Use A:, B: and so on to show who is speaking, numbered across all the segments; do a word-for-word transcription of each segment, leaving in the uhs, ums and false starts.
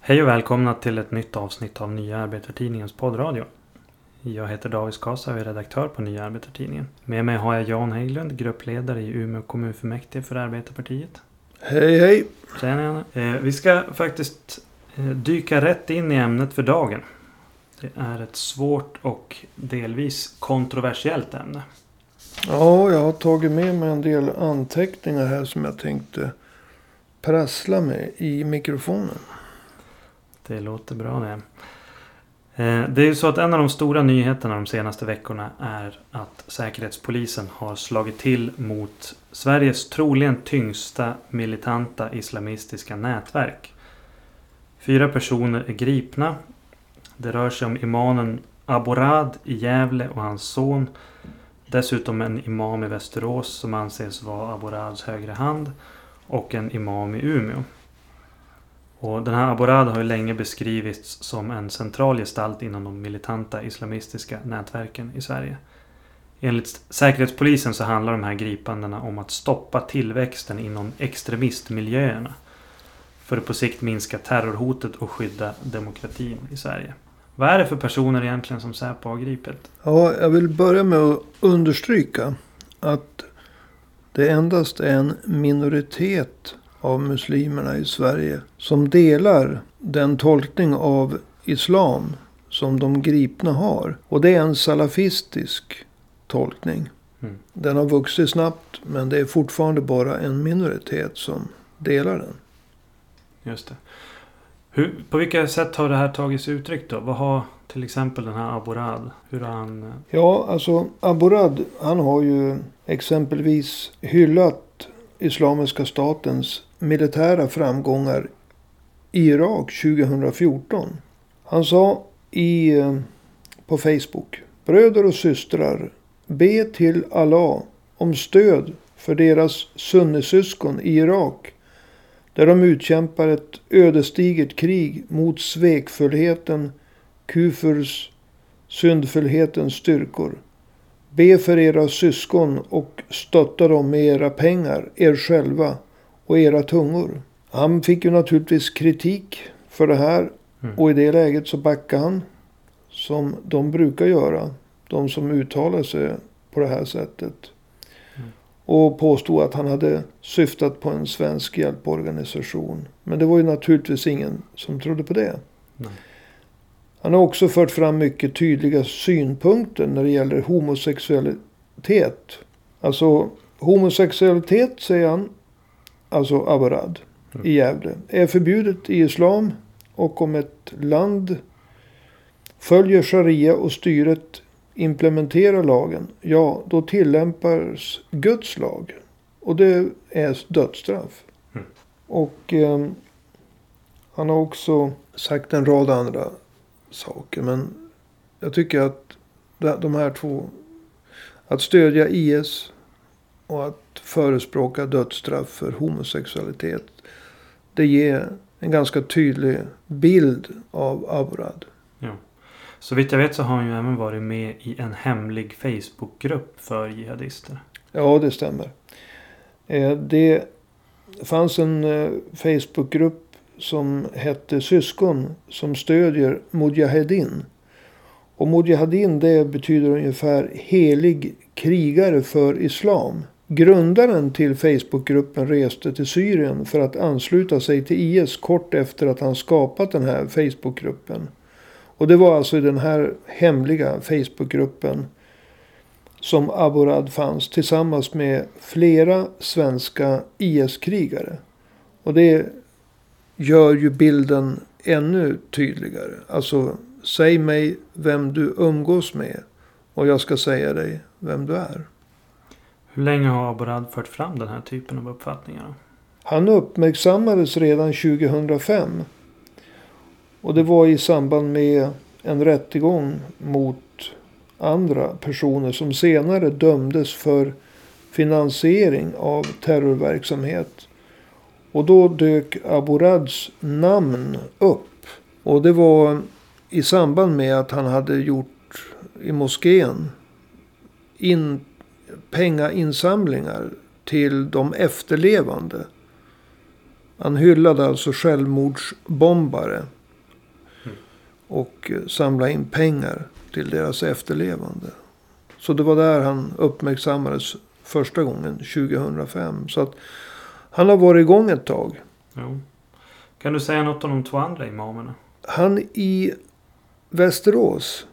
A: Hej och välkomna till ett nytt avsnitt av Nya Arbetartidningens poddradio. Jag heter David Skasa och är redaktör på Nya Arbetartidningen. Med mig har jag Jan Hägglund, gruppledare i Umeå kommunfullmäktige för Arbetarpartiet.
B: Hej hej!
A: Tjena, eh, vi ska faktiskt eh, dyka rätt in i ämnet för dagen. Det är ett svårt och delvis kontroversiellt ämne.
B: Ja, jag har tagit med mig en del anteckningar här som jag tänkte prassla med i mikrofonen.
A: Det låter bra det. Det är ju så att en av de stora nyheterna de senaste veckorna är att Säkerhetspolisen har slagit till mot Sveriges troligen tyngsta militanta islamistiska nätverk. Fyra personer är gripna. Det rör sig om imamen Aborad i Gävle och hans son. Dessutom en imam i Västerås som anses vara Aborads högra hand. Och en imam i Umeå. Och den här Aborad har ju länge beskrivits som en central gestalt inom de militanta islamistiska nätverken i Sverige. Enligt Säkerhetspolisen så handlar de här gripandena om att stoppa tillväxten inom extremistmiljöerna. För att på sikt minska terrorhotet och skydda demokratin i Sverige. Vad är det för personer egentligen som Säpo har gripit?
B: Ja, jag vill börja med att understryka att det endast är en minoritet av muslimerna i Sverige som delar den tolkning av islam som de gripna har. Och det är en salafistisk tolkning. Mm. Den har vuxit snabbt, men det är fortfarande bara en minoritet som delar den.
A: Just det. Hur, på vilka sätt har det här tagits uttryck då? Vad har till exempel den här Aborad? Hur har han...
B: Ja, alltså Aborad, han har ju exempelvis hyllat Islamiska statens militära framgångar i Irak tjugohundrafjorton. Han sa i, på Facebook: bröder och systrar, be till Allah om stöd för deras sunnisyskon i Irak, där de utkämpar ett ödesdigert krig mot svekfullheten, kufurs, syndfullhetens styrkor. Be för era syskon och stötta dem med era pengar, er själva och era tungor. Han fick ju naturligtvis kritik för det här. Mm. Och i det läget så backade han, som de brukar göra, de som uttalar sig på det här sättet. Mm. Och påstod att han hade syftat på en svensk hjälporganisation. Men det var ju naturligtvis ingen som trodde på det. Mm. Han har också fört fram mycket tydliga synpunkter när det gäller homosexualitet. Alltså homosexualitet, säger han, alltså Aborad mm. i Gävle, är förbjudet i islam, och om ett land följer sharia och styret implementerar lagen, ja, då tillämpas Guds lag. Och det är dödsstraff. Mm. Och eh, han har också sagt en rad andra saker. Men jag tycker att de här två, att stödja I S och att förespråka dödsstraff för homosexualitet, det ger en ganska tydlig bild av Aborad.
A: Ja. Så vitt jag vet så har han ju även varit med i en hemlig Facebookgrupp för jihadister.
B: Ja, det stämmer. Det fanns en Facebookgrupp som hette Syskon som stödjer Mujahedin. Och Mujahedin, det betyder ungefär helig krigare för islam. Grundaren till Facebookgruppen reste till Syrien för att ansluta sig till I S kort efter att han skapat den här Facebookgruppen. Och det var alltså i den här hemliga Facebookgruppen som Aborad fanns tillsammans med flera svenska I S-krigare. Och det gör ju bilden ännu tydligare. Alltså, säg mig vem du umgås med och jag ska säga dig vem du är.
A: Hur länge har Aborad fört fram den här typen av uppfattningar?
B: Han uppmärksammades redan tjugohundrafem. Och det var i samband med en rättegång mot andra personer som senare dömdes för finansiering av terrorverksamhet. Och då dök Aborads namn upp. Och det var i samband med att han hade gjort i moskén in pengainsamlingar till de efterlevande Han hyllade alltså självmordsbombare.
A: Mm.
B: Och samlade in pengar till deras efterlevande. Så det var där han uppmärksammades första gången tjugohundrafem. Så att han har varit igång ett tag.
A: Jo. Kan du säga något om de två andra imamerna?
B: Han i Västerås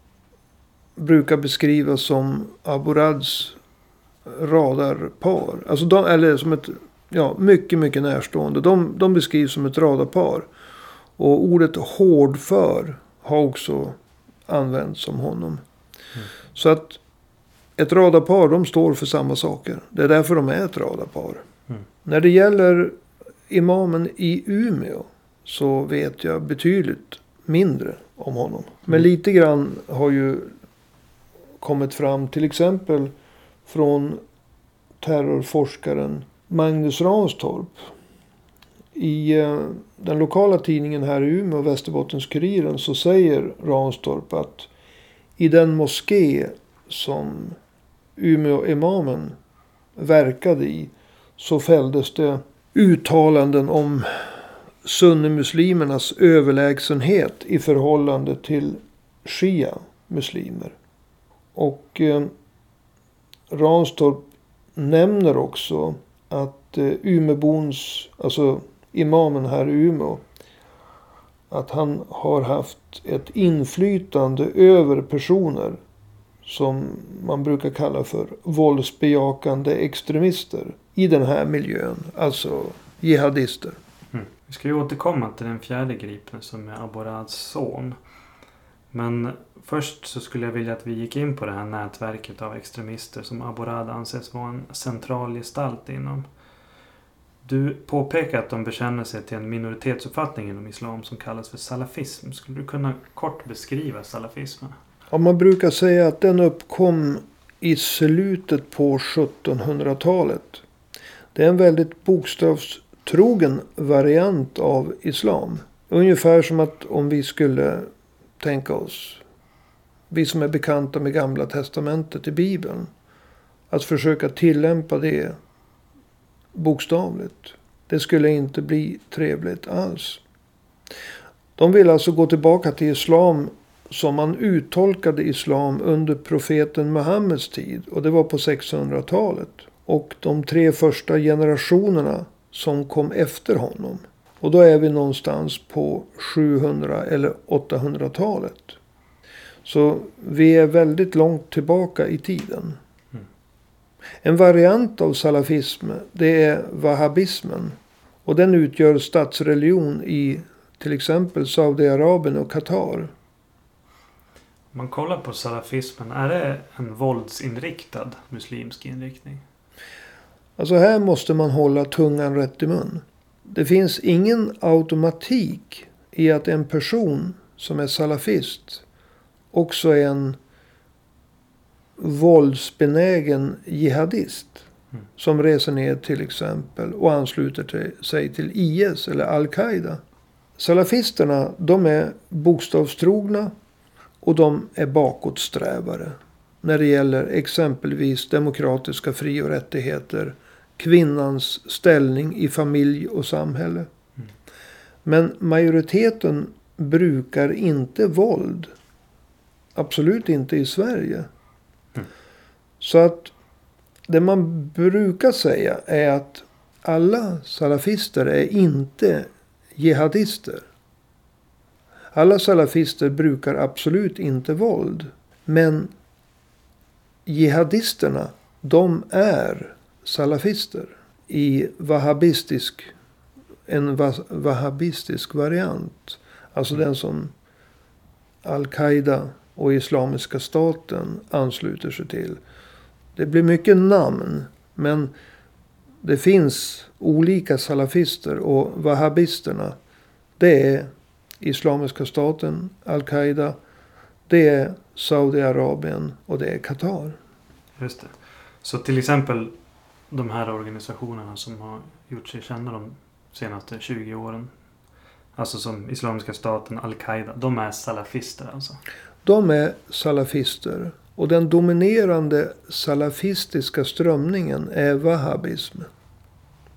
B: brukar beskrivas som Abu Rads radarpar. Alltså de, eller som ett ja, mycket, mycket närstående. De, de beskrivs som ett radarpar. Och ordet hårdför har också använts om honom. Mm. Så att ett radarpar, de står för samma saker. Det är därför de är ett radarpar. Mm. När det gäller imamen i Umeå så vet jag betydligt mindre om honom. Mm. Men lite grann har ju kommit fram till exempel från terrorforskaren Magnus Ranstorp. I eh, den lokala tidningen här i Umeå, Västerbottens-Kuriren, så säger Ranstorp att i den moské som Umeå-imamen verkade i så fälldes det uttalanden om sunnimuslimernas överlägsenhet i förhållande till shia-muslimer. Och eh, Ranstorp nämner också att eh, Umeåbons, alltså imamen här i Umeå, att han har haft ett inflytande över personer som man brukar kalla för våldsbejakande extremister i den här miljön, alltså jihadister.
A: Mm. Vi ska ju återkomma till den fjärde gripne som är Abu Rads son. Men först så skulle jag vilja att vi gick in på det här nätverket av extremister som Abu Rad anses vara en central gestalt inom. Du påpekar att de bekänner sig till en minoritetsuppfattning inom islam som kallas för salafism. Skulle du kunna kort beskriva salafismen?
B: Ja, man brukar säga att den uppkom i slutet på sjuttonhundratalet. Det är en väldigt bokstavstrogen variant av islam. Ungefär som att om vi skulle tänka oss, vi som är bekanta med Gamla testamentet i Bibeln, att försöka tillämpa det bokstavligt. Det skulle inte bli trevligt alls. De vill alltså gå tillbaka till islam som man uttolkade islam under profeten Muhammeds tid. Och det var på sexhundratalet. Och de tre första generationerna som kom efter honom. Och då är vi någonstans på sjuhundra- eller åttahundratalet. Så vi är väldigt långt tillbaka i tiden. Mm. En variant av salafism, det är wahhabismen. Och den utgör statsreligion i till exempel Saudiarabien och Qatar.
A: Om man kollar på salafismen, är det en våldsinriktad muslimsk inriktning?
B: Alltså här måste man hålla tungan rätt i mun. Det finns ingen automatik i att en person som är salafist också är en våldsbenägen jihadist. Mm. Som reser ner till exempel och ansluter till, sig till I S eller Al-Qaida. Salafisterna, de är bokstavstrogna och de är bakåtsträvare. När det gäller exempelvis demokratiska fri- och rättigheter, kvinnans ställning i familj och samhälle. Mm. Men majoriteten brukar inte våld. Absolut inte i Sverige. Mm. Så att det man brukar säga är att alla salafister är inte jihadister. Alla salafister brukar absolut inte våld. Men jihadisterna, de är salafister i wahhabistisk, en wahhabistisk variant. Alltså mm. den som Al-Qaida och Islamiska staten ansluter sig till. Det blir mycket namn, men det finns olika salafister, och wahhabisterna, det är Islamiska staten, Al-Qaida, det är Saudiarabien och det är Qatar.
A: Just det. Så till exempel de här organisationerna som har gjort sig kända de senaste tjugo åren, alltså som Islamiska staten, Al-Qaida, de är salafister alltså?
B: De är salafister. Och den dominerande salafistiska strömningen är wahhabism.
A: Mm.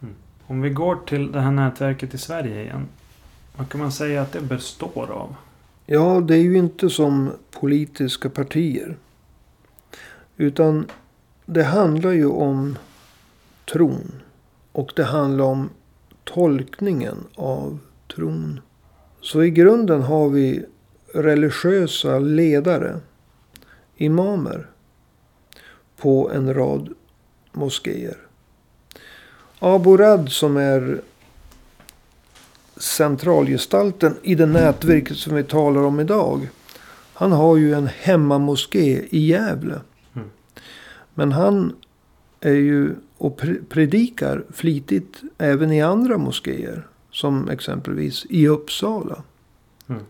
A: Om vi går till det här nätverket i Sverige igen. Vad kan man säga att det består av?
B: Ja, det är ju inte som politiska partier. Utan det handlar ju om tron. Och det handlar om tolkningen av tron. Så i grunden har vi religiösa ledare, imamer, på en rad moskéer. Abu Rad, som är centralgestalten i det nätverket som vi talar om idag. Han har ju en hemmamoské i Gävle.
A: Mm.
B: Men han är ju och predikar flitigt även i andra moskéer. Som exempelvis i Uppsala.
A: Mm.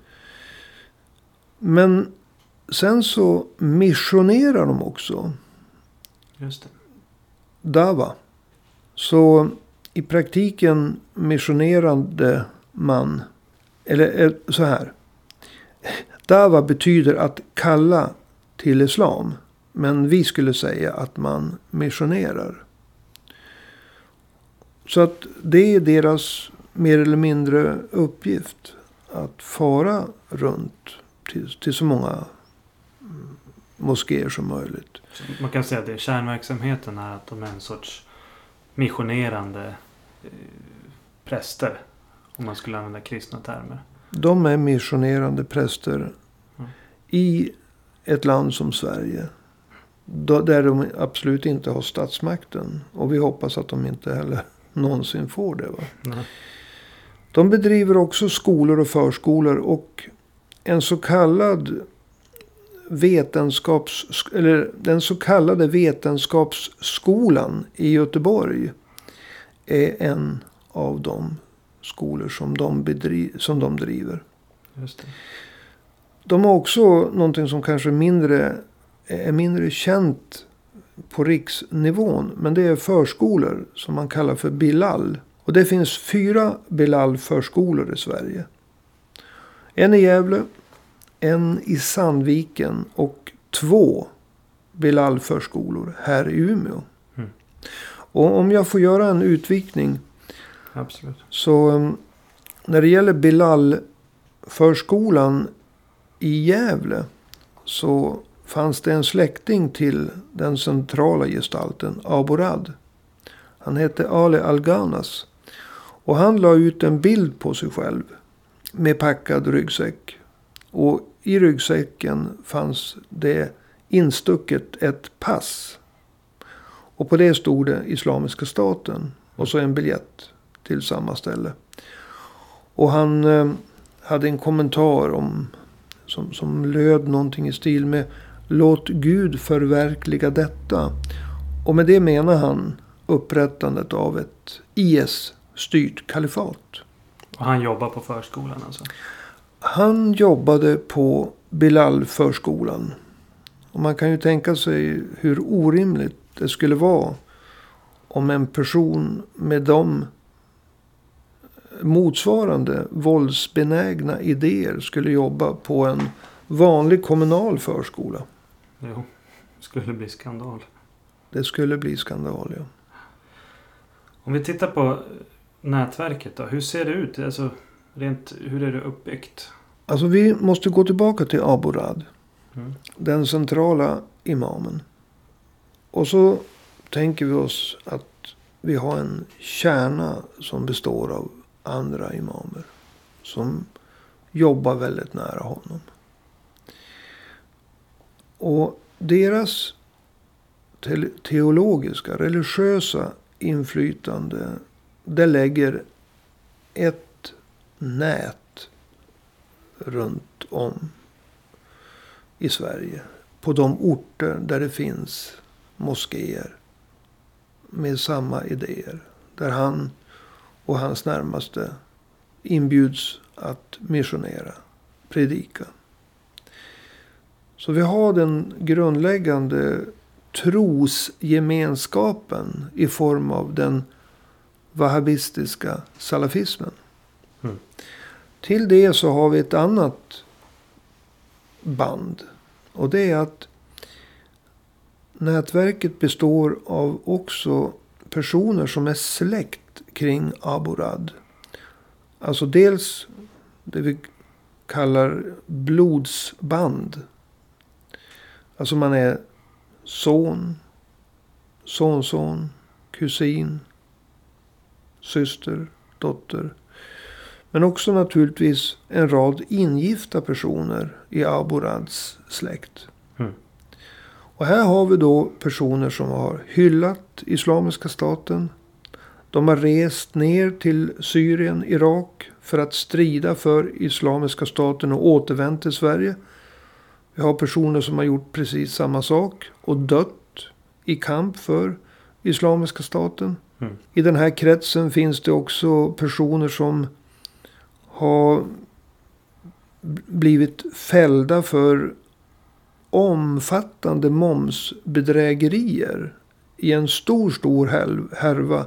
B: Men sen så missionerar de också.
A: Just det.
B: Dava. Så i praktiken missionerande man. Eller så här. Dava betyder att kalla till islam. Men vi skulle säga att man missionerar. Så att det är deras mer eller mindre uppgift. Att fara runt till, till så många moskéer som möjligt.
A: Så man kan säga att det är kärnverksamheten är att de är en sorts missionerande eh, präster. Om man skulle använda kristna termer.
B: De är missionerande präster
A: mm.
B: i ett land som Sverige. Då, där de absolut inte har statsmakten. Och vi hoppas att de inte heller någonsin får det. Va?
A: Mm.
B: De bedriver också skolor och förskolor. Och en så kallad vetenskaps... Eller den så kallade vetenskapsskolan i Göteborg är en av de skolor som de, bedriver, som de driver.
A: Just det.
B: De har också någonting som kanske mindre, är mindre känt på riksnivån. Men det är förskolor som man kallar för Bilal. Och det finns fyra Bilal-förskolor i Sverige. En i Gävle, en i Sandviken och två Bilal-förskolor här i Umeå.
A: Mm.
B: Och om jag får göra en utvikning.
A: Absolut.
B: Så när det gäller Bilal-förskolan i Gävle så fanns det en släkting till den centrala gestalten, Abu Rad. Han hette Ale Alganas. Och han la ut en bild på sig själv med packad ryggsäck. Och i ryggsäcken fanns det instucket ett pass. Och på det stod det Islamiska staten. Och så en biljett till samma ställe. Och han eh, hade en kommentar om som, som löd någonting i stil med låt Gud förverkliga detta. Och med det menar han upprättandet av ett I S-styrt kalifat.
A: Och han jobbar på förskolan alltså?
B: Han jobbade på Bilal-förskolan. Och man kan ju tänka sig hur orimligt det skulle vara om en person med de motsvarande våldsbenägna idéer skulle jobba på en vanlig kommunal förskola.
A: Jo, det skulle bli skandal.
B: Det skulle bli skandal, ja.
A: Om vi tittar på nätverket då. Hur ser det ut? Alltså, rent, hur är det uppbyggt?
B: Alltså vi måste gå tillbaka till Abu Rad.
A: Mm.
B: Den centrala imamen. Och så tänker vi oss att vi har en kärna som består av andra imamer. Som jobbar väldigt nära honom. Och deras te- teologiska, religiösa inflytande. Det lägger ett nät runt om i Sverige. På de orter där det finns moskéer med samma idéer. Där han och hans närmaste inbjuds att missionera, predika. Så vi har den grundläggande trosgemenskapen i form av den wahhabistiska salafismen.
A: Mm.
B: Till det så har vi ett annat band. Och det är att nätverket består av också personer som är släkt kring Abu Rad. Alltså dels det vi kallar blodsband. Alltså man är son, sonson, kusin, syster, dotter. Men också naturligtvis en rad ingifta personer i Abu Rads släkt.
A: Mm.
B: Och här har vi då personer som har hyllat Islamiska staten. De har rest ner till Syrien, Irak för att strida för Islamiska staten och återvänt till Sverige. Vi har personer som har gjort precis samma sak och dött i kamp för Islamiska staten.
A: Mm.
B: I den här kretsen finns det också personer som har blivit fällda för omfattande momsbedrägerier i en stor, stor härva.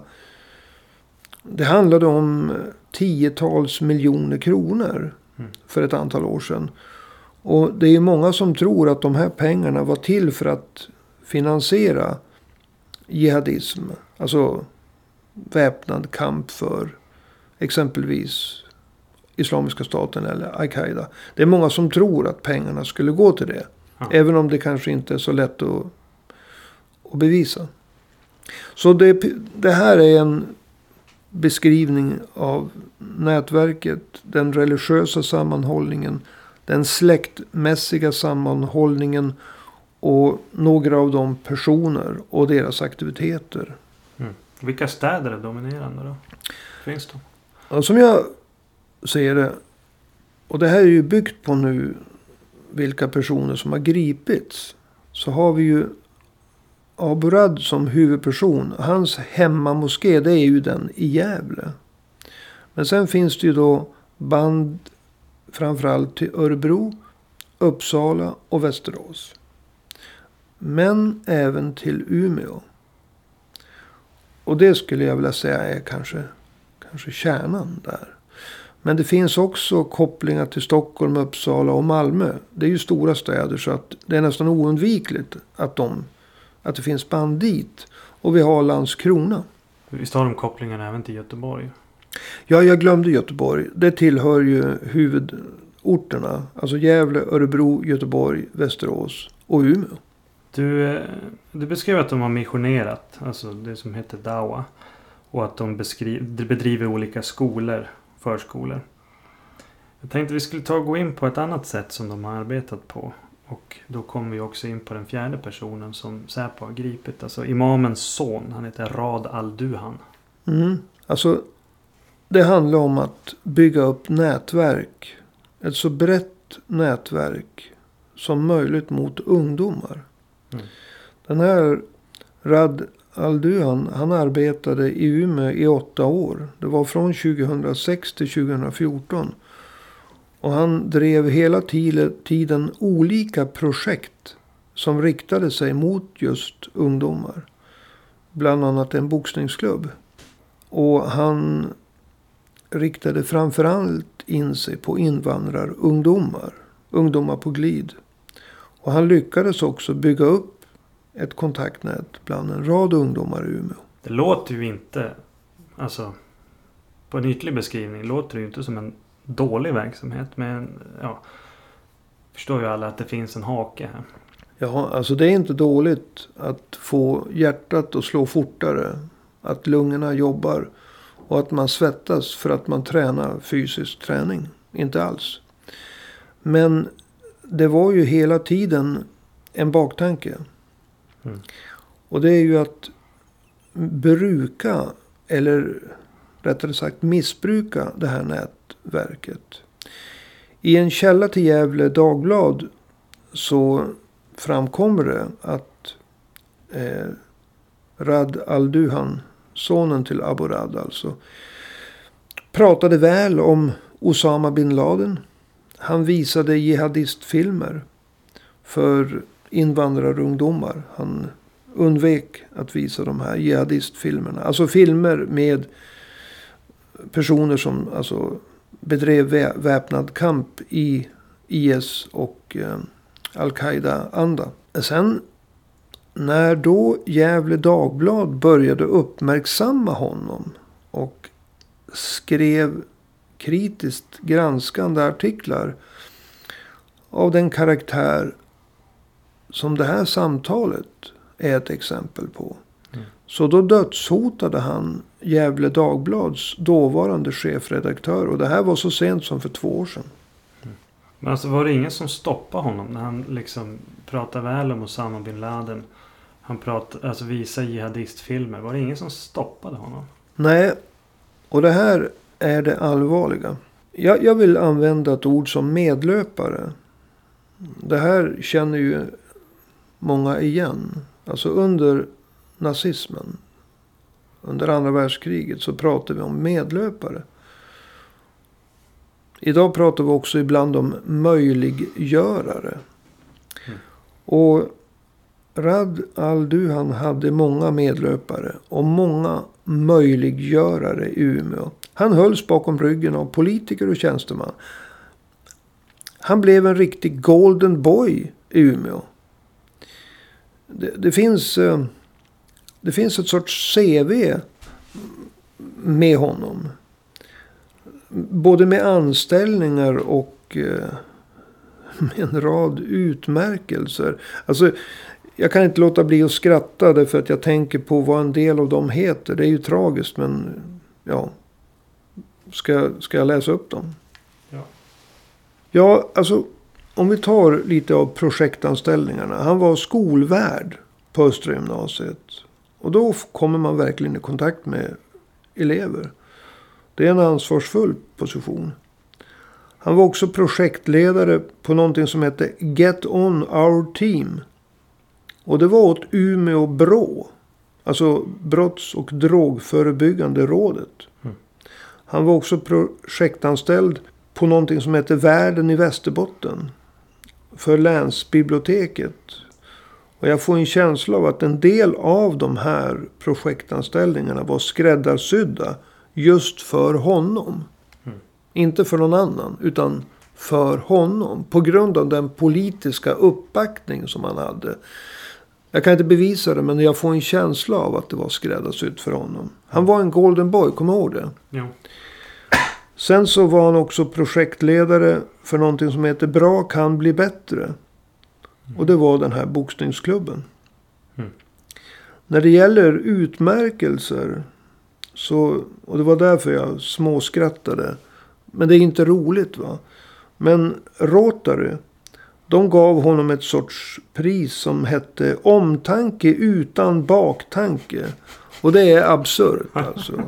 B: Det handlade om tiotals miljoner kronor
A: mm.
B: för ett antal år sedan. Och det är många som tror att de här pengarna var till för att finansiera jihadism. Alltså väpnad kamp för exempelvis Islamiska staten eller Al-Qaida. Det är många som tror att pengarna skulle gå till det. Ja. Även om det kanske inte är så lätt att, att bevisa. Så det, det här är en beskrivning av nätverket. Den religiösa sammanhållningen. Den släktmässiga sammanhållningen. Och några av de personer och deras aktiviteter.
A: Mm. Vilka städer är dominerande då? Finns det?
B: Ja, som jag säger det. Och det här är ju byggt på nu vilka personer som har gripits. Så har vi ju Abu Rad som huvudperson. Hans hemmamoské, det är ju den i Gävle. Men sen finns det ju då band framförallt till Örebro, Uppsala och Västerås. Men även till Umeå. Och det skulle jag vilja säga är kanske, kanske kärnan där. Men det finns också kopplingar till Stockholm, Uppsala och Malmö. Det är ju stora städer så att det är nästan oundvikligt att, de, att det finns band dit. Och vi har Landskrona.
A: Visst har de kopplingarna även till Göteborg?
B: Ja, jag glömde Göteborg. Det tillhör ju huvudorterna. Alltså Gävle, Örebro, Göteborg, Västerås och Umeå.
A: Du, du beskrev att de har missionerat. Alltså det som heter Dawa. Och att de beskriv, bedriver olika skolor. Förskolor. Jag tänkte vi skulle ta och gå in på ett annat sätt som de har arbetat på. Och då kommer vi också in på den fjärde personen som Säpo har gripit. Alltså imamens son. Han heter Rad al-Duhan.
B: Mm. Alltså det handlar om att bygga upp nätverk. Ett så brett nätverk som möjligt mot ungdomar. Mm. Den här Rad al-Duhan, han arbetade i Umeå i åtta år. Det var från tjugohundrasex till tjugohundrafjorton. Och han drev hela tiden olika projekt som riktade sig mot just ungdomar. Bland annat en boxningsklubb. Och han riktade framförallt in sig på invandrarungdomar. Ungdomar på glid. Och han lyckades också bygga upp ett kontaktnät bland en rad ungdomar i Umeå.
A: Det låter ju inte, alltså på en ytlig beskrivning låter det ju inte som en dålig verksamhet. Men ja, förstår ju alla att det finns en hake här.
B: Ja, alltså det är inte dåligt att få hjärtat att slå fortare. Att lungorna jobbar och att man svettas för att man tränar fysisk träning. Inte alls. Men det var ju hela tiden en baktanke. Mm. Och det är ju att bruka eller rättare sagt missbruka det här nätverket. I en källa till Gävle Dagblad så framkommer det att eh, Rad al-Duhan, sonen till Abu Rad alltså, pratade väl om Osama bin Laden. Han visade jihadistfilmer för invandrarungdomar. Han undvek att visa de här jihadistfilmerna. Alltså filmer med personer som alltså bedrev väpnad kamp i I S och eh, Al-Qaida-anda. Sen när då Gävle Dagblad började uppmärksamma honom och skrev kritiskt granskande artiklar av den karaktär som det här samtalet är ett exempel på. Mm. Så då dödshotade han Gefle Dagblads dåvarande chefredaktör. Och det här var så sent som för två år sedan.
A: Mm. Men alltså var det ingen som stoppade honom när han liksom pratade väl om Osama bin Laden? Han pratade, alltså visade jihadistfilmer. Var det ingen som stoppade honom?
B: Nej, och det här är det allvarliga. Jag, jag vill använda ett ord som medlöpare. Det här känner ju många igen. Alltså under nazismen, under andra världskriget, så pratar vi om medlöpare. Idag pratar vi också ibland om möjliggörare. Mm. Och Rad al-Duhan hade många medlöpare och många möjliggörare i Umeå. Han hölls bakom ryggen av politiker och tjänsteman. Han blev en riktig golden boy i Umeå. Det, det finns det finns ett sorts C V med honom. Både med anställningar och med en rad utmärkelser. Alltså, jag kan inte låta bli att skratta därför att jag tänker på vad en del av dem heter. Det är ju tragiskt, men ja. Ska, ska jag läsa upp dem?
A: Ja.
B: Ja, alltså om vi tar lite av projektanställningarna. Han var skolvärd på Östra gymnasiet. Och då kommer man verkligen i kontakt med elever. Det är en ansvarsfull position. Han var också projektledare på någonting som hette Get On Our Team. Och det var åt Umeå Brå. Alltså brotts- och drogförebyggande rådet. Mm. Han var också projektanställd på någonting som heter Världen i Västerbotten. För länsbiblioteket. Och jag får en känsla av att en del av de här projektanställningarna var skräddarsydda just för honom. Mm. Inte för någon annan, utan för honom. På grund av den politiska uppbackning som han hade. Jag kan inte bevisa det, men jag får en känsla av att det var skräddarsytt för honom. Han var en golden boy, kommer ihåg det?
A: Ja.
B: Sen så var han också projektledare för någonting som heter Bra kan bli bättre. Mm. Och det var den här boxningsklubben. Mm. När det gäller utmärkelser så, och det var därför jag småskrattade. Men det är inte roligt, va? Men Rotary, de gav honom ett sorts pris som hette omtanke utan baktanke. Och det är absurt alltså.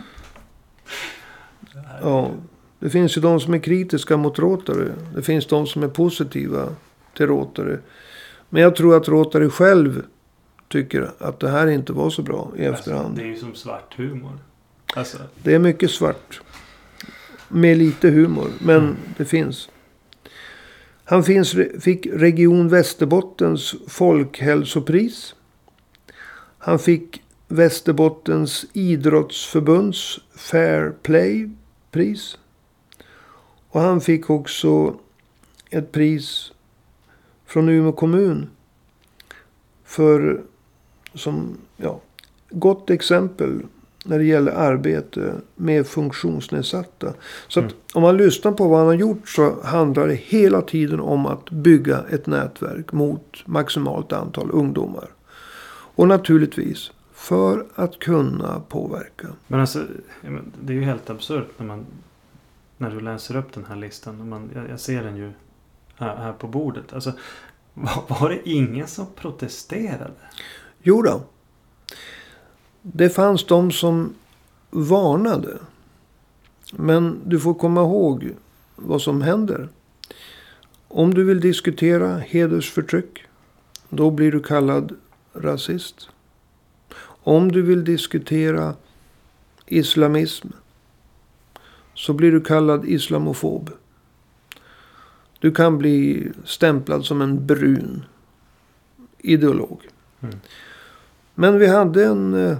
B: Ja, det finns ju de som är kritiska mot Rotary. Det finns de som är positiva till Rotary. Men jag tror att Rotary själv tycker att det här inte var så bra i efterhand.
A: Alltså, det är ju som svart humor. Alltså.
B: Det är mycket svart. Med lite humor. Men mm. det finns. Han finns, fick Region Västerbottens folkhälsopris. Han fick Västerbottens idrottsförbunds Fair Play-pris. Och han fick också ett pris från Umeå kommun. För som ja, gott exempel när det gäller arbete med funktionsnedsatta. Så att mm. om man lyssnar på vad han har gjort så handlar det hela tiden om att bygga ett nätverk mot maximalt antal ungdomar. Och naturligtvis för att kunna påverka.
A: Men alltså, det är ju helt absurt när man när du läser upp den här listan. Man, jag, jag ser den ju här, här på bordet. Alltså, var, var det ingen som protesterade?
B: Jo då. Det fanns de som varnade. Men du får komma ihåg vad som händer. Om du vill diskutera hedersförtryck, då blir du kallad rasist. Om du vill diskutera islamism, så blir du kallad islamofob. Du kan bli stämplad som en brun ideolog. Mm. Men vi hade en eh,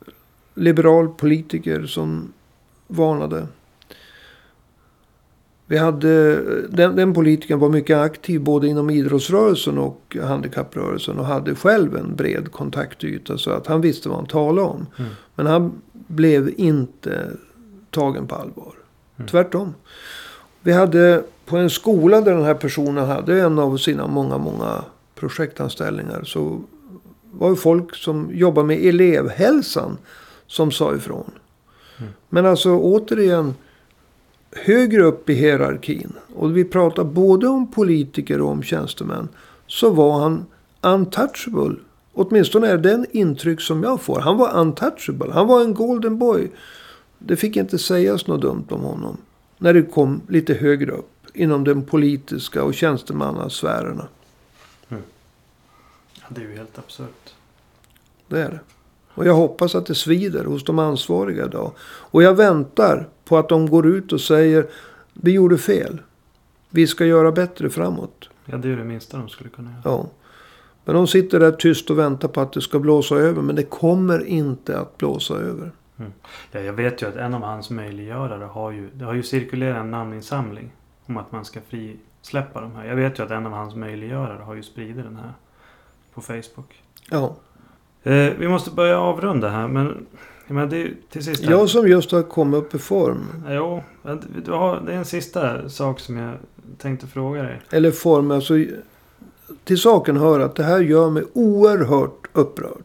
B: liberal politiker som varnade. Vi hade, den, den politikern var mycket aktiv både inom idrottsrörelsen och handikapprörelsen. Och hade själv en bred kontaktyta så att han visste vad han talade om. Mm. Men han blev inte tagen på allvar. Mm. Tvärtom. Vi hade på en skola där den här personen hade en av sina många, många projektanställningar. Så var det folk som jobbar med elevhälsan som sa ifrån. Mm. Men alltså återigen, högre upp i hierarkin, och vi pratar både om politiker och om tjänstemän, så var han untouchable. Åtminstone är det den intryck som jag får. Han var untouchable. Han var en golden boy. Det fick inte sägas något dumt om honom när det kom lite högre upp inom den politiska och tjänstemannasfärerna.
A: Mm. Ja, det är ju helt absurt.
B: Det är det. Och jag hoppas att det svider hos de ansvariga idag. Och jag väntar på att de går ut och säger: vi gjorde fel. Vi ska göra bättre framåt.
A: Ja, det är det minsta de skulle kunna göra.
B: Ja. Men de sitter där tyst och väntar på att det ska blåsa över. Men det kommer inte att blåsa över.
A: Mm. Ja, jag vet ju att en av hans möjliggörare har ju, det har ju cirkulerat en namninsamling om att man ska frisläppa de här. Jag vet ju att en av hans möjliggörare har ju spridit den här på Facebook.
B: Ja.
A: Eh, vi måste börja avrunda här, men, men det är till sist...
B: Jag som just har kommit upp i form.
A: Jo, du har, det är en sista sak som jag tänkte fråga dig.
B: Eller form, alltså till saken hör att det här gör mig oerhört upprörd.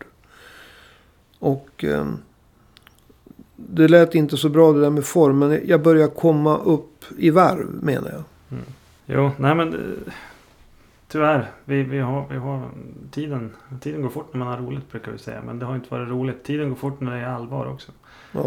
B: Och eh, det lät inte så bra det där med form, men jag börjar komma upp i varv, menar jag.
A: Mm. Jo, nej men... Tyvärr, vi, vi, har, vi har tiden, tiden går fort när man har roligt, brukar vi säga. Men det har inte varit roligt. Tiden går fort när det är allvar också.
B: Ja.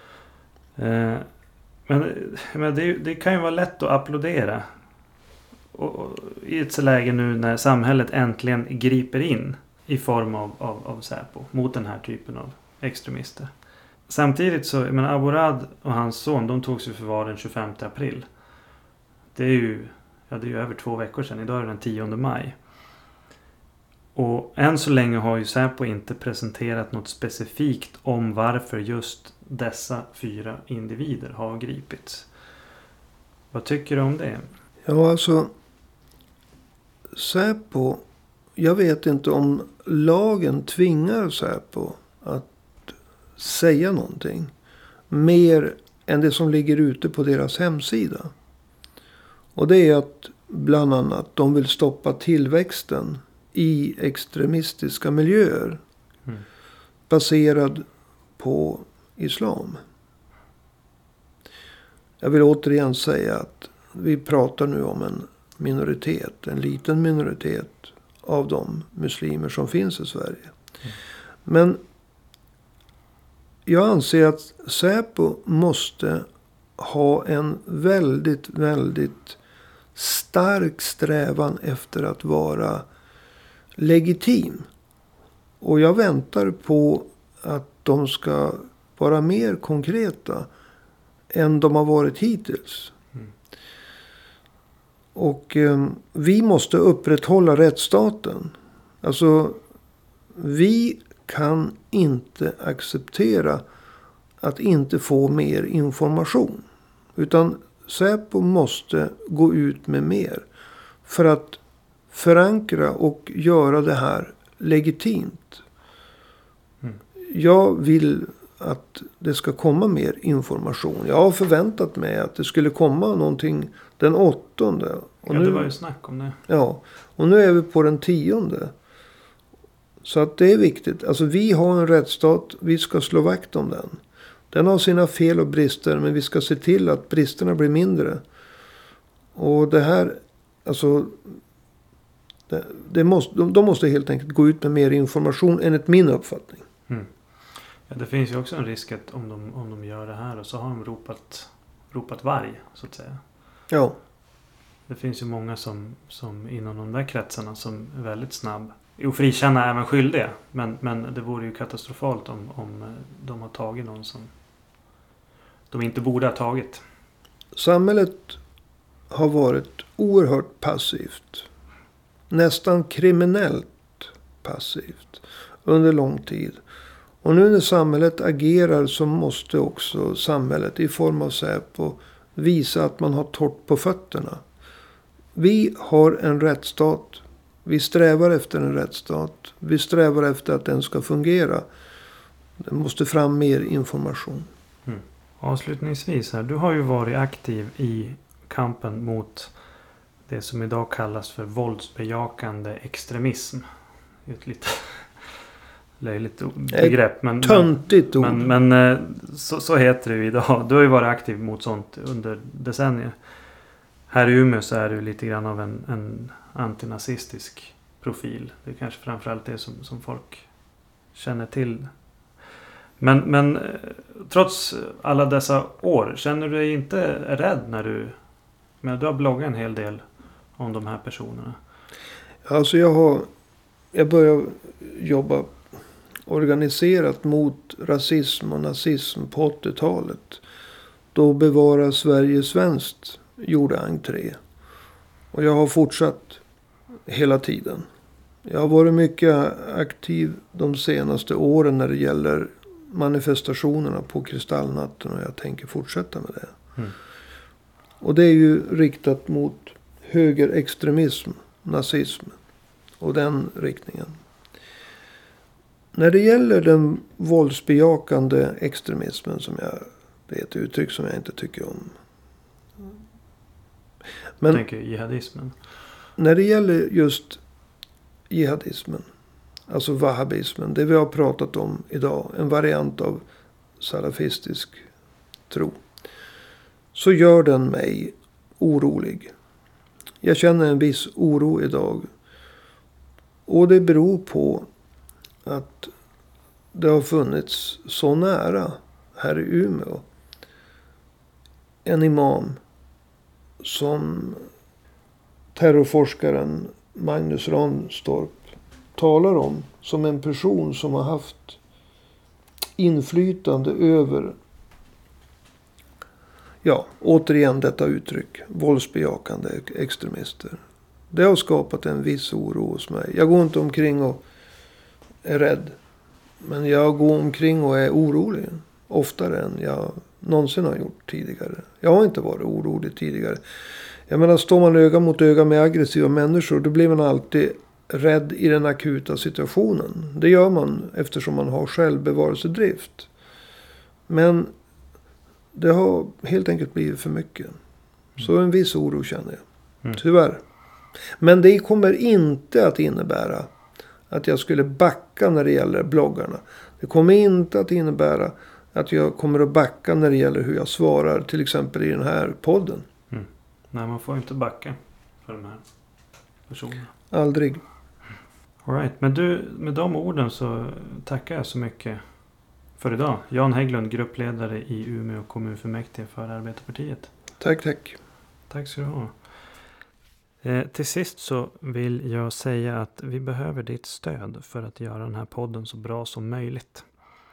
A: Eh, men men det, det kan ju vara lätt att applådera. Och, och, i ett så läge nu när samhället äntligen griper in i form av, av, av Säpo mot den här typen av extremister. Samtidigt så, jag menar, Abo Rad och hans son, de togs ju förvar den tjugofemte april. Det är ju... Ja, det är ju över två veckor sedan. Idag är det den tionde maj. Och än så länge har ju Säpo inte presenterat något specifikt om varför just dessa fyra individer har gripits. Vad tycker du om det?
B: Ja, alltså Säpo, jag vet inte om lagen tvingar Säpo att säga någonting mer än det som ligger ute på deras hemsida. Och det är att bland annat de vill stoppa tillväxten i extremistiska miljöer. Mm. Baserad på islam. Jag vill återigen säga att vi pratar nu om en minoritet. En liten minoritet av de muslimer som finns i Sverige. Mm. Men jag anser att Säpo måste ha en väldigt, väldigt stark strävan efter att vara legitim. Och jag väntar på att de ska vara mer konkreta än de har varit hittills. Mm. Och eh, vi måste upprätthålla rättsstaten. Alltså, vi kan inte acceptera att inte få mer information. Utan Säpo måste gå ut med mer. För att förankra och göra det här legitimt. Mm. Jag vill att det ska komma mer information. Jag har förväntat mig att det skulle komma någonting den åttonde. Och
A: ja,
B: nu,
A: det var ju snack om det.
B: Ja, och nu är vi på den tionde. Så att det är viktigt. Alltså vi har en rättsstat. Vi ska slå vakt om den. Den har sina fel och brister. Men vi ska se till att bristerna blir mindre. Och det här. Alltså. Det, det måste, de, de måste helt enkelt gå ut med mer information. Enligt min uppfattning.
A: Mm. Ja, det finns ju också en risk att om de, om de gör det här. Och så har de ropat, ropat varg. Så att säga.
B: Ja.
A: Det finns ju många som, som inom de där kretsarna. Som är väldigt snabb. Jo, frikänna även skyldiga. Men, men det vore ju katastrofalt om, om de har tagit någon som de inte borde ha tagit.
B: Samhället har varit oerhört passivt. Nästan kriminellt passivt. Under lång tid. Och nu när samhället agerar så måste också samhället i form av Säpo visa att man har torrt på fötterna. Vi har en rättsstat. Vi strävar efter en rättsstat. Vi strävar efter att den ska fungera. Det måste fram mer information.
A: Mm. Avslutningsvis här. Du har ju varit aktiv i kampen mot det som idag kallas för våldsbejakande extremism. Det är ett lite löjligt begrepp. Men,
B: töntigt ord.
A: Men, men så, så heter det ju idag. Du har ju varit aktiv mot sånt under decennier. Här i Umeå så är du lite grann av en, en antinazistisk profil. Det är kanske framförallt det som, som folk känner till. Men, men trots alla dessa år, känner du dig inte rädd när du... Men du har bloggat en hel del om de här personerna.
B: Alltså jag har... Jag började jobba organiserat mot rasism och nazism på åttiotalet. Då Bevara Sverige svenskt gjorde entré. Och jag har fortsatt hela tiden. Jag har varit mycket aktiv de senaste åren när det gäller manifestationerna på Kristallnatten. Och jag tänker fortsätta med det.
A: Mm.
B: Och det är ju riktat mot högerextremism, nazism och den riktningen. När det gäller den våldsbejakande extremismen, som jag, det är ett uttryck som jag inte tycker om. Men
A: jag tänker jihadismen.
B: När det gäller just jihadismen, alltså wahhabismen, det vi har pratat om idag, en variant av salafistisk tro, så gör den mig orolig. Jag känner en viss oro idag. Och det beror på att det har funnits så nära här i Umeå en imam som terrorforskaren Magnus Ranstorp talar om som en person som har haft inflytande över, ja, återigen detta uttryck, våldsbejakande extremister. Det har skapat en viss oro hos mig. Jag går inte omkring och är rädd. Men jag går omkring och är orolig. Oftare än jag någonsin har gjort tidigare. Jag har inte varit orolig tidigare. Jag menar, står man öga mot öga med aggressiva människor, då blir man alltid rädd i den akuta situationen. Det gör man eftersom man har självbevarelsedrift. Men det har helt enkelt blivit för mycket. Så en viss oro känner jag.
A: Mm.
B: Tyvärr. Men det kommer inte att innebära att jag skulle backa när det gäller bloggarna. Det kommer inte att innebära att jag kommer att backa när det gäller hur jag svarar, till exempel i den här podden.
A: Mm. Nej, man får inte backa för de här personerna.
B: Aldrig.
A: All right. Men du, med de orden så tackar jag så mycket för idag. Jan Hägglund, gruppledare i Umeå kommunfullmäktige för Arbetarpartiet.
B: Tack, tack.
A: Tack ska du ha. Eh, till sist så vill jag säga att vi behöver ditt stöd för att göra den här podden så bra som möjligt.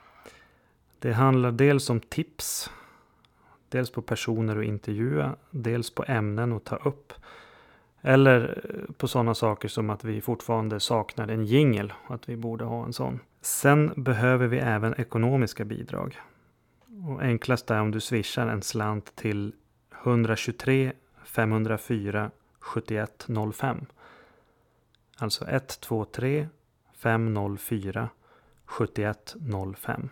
A: Det handlar dels om tips, dels på personer att intervjua, dels på ämnen att ta upp. Eller på sådana saker som att vi fortfarande saknar en jingle och att vi borde ha en sån. Sen behöver vi även ekonomiska bidrag. Och enklast är om du swishar en slant till ett två tre fem noll fyra sju ett noll fem. Alltså ett två tre fem noll fyra sju ett noll fem.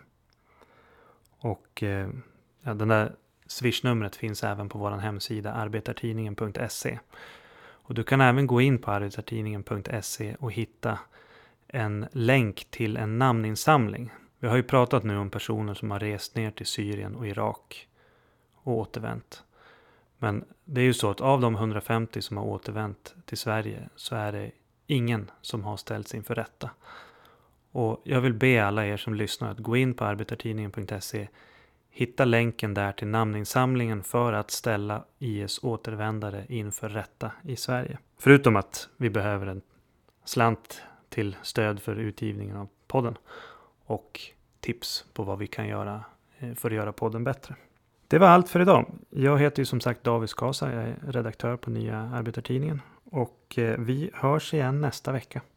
A: Och eh, ja, den där swishnumret finns även på vår hemsida arbetartidningen punkt se. Och du kan även gå in på arbetartidningen punkt se och hitta en länk till en namninsamling. Vi har ju pratat nu om personer som har rest ner till Syrien och Irak och återvänt. Men det är ju så att av de hundrafemtio som har återvänt till Sverige så är det ingen som har ställts inför rätta. Och jag vill be alla er som lyssnar att gå in på arbetartidningen punkt se, hitta länken där till namninsamlingen för att ställa I S återvändare inför rätta i Sverige. Förutom att vi behöver en slant till stöd för utgivningen av podden och tips på vad vi kan göra för att göra podden bättre. Det var allt för idag. Jag heter ju som sagt David Skasa, jag är redaktör på Nya Arbetartidningen och vi hörs igen nästa vecka.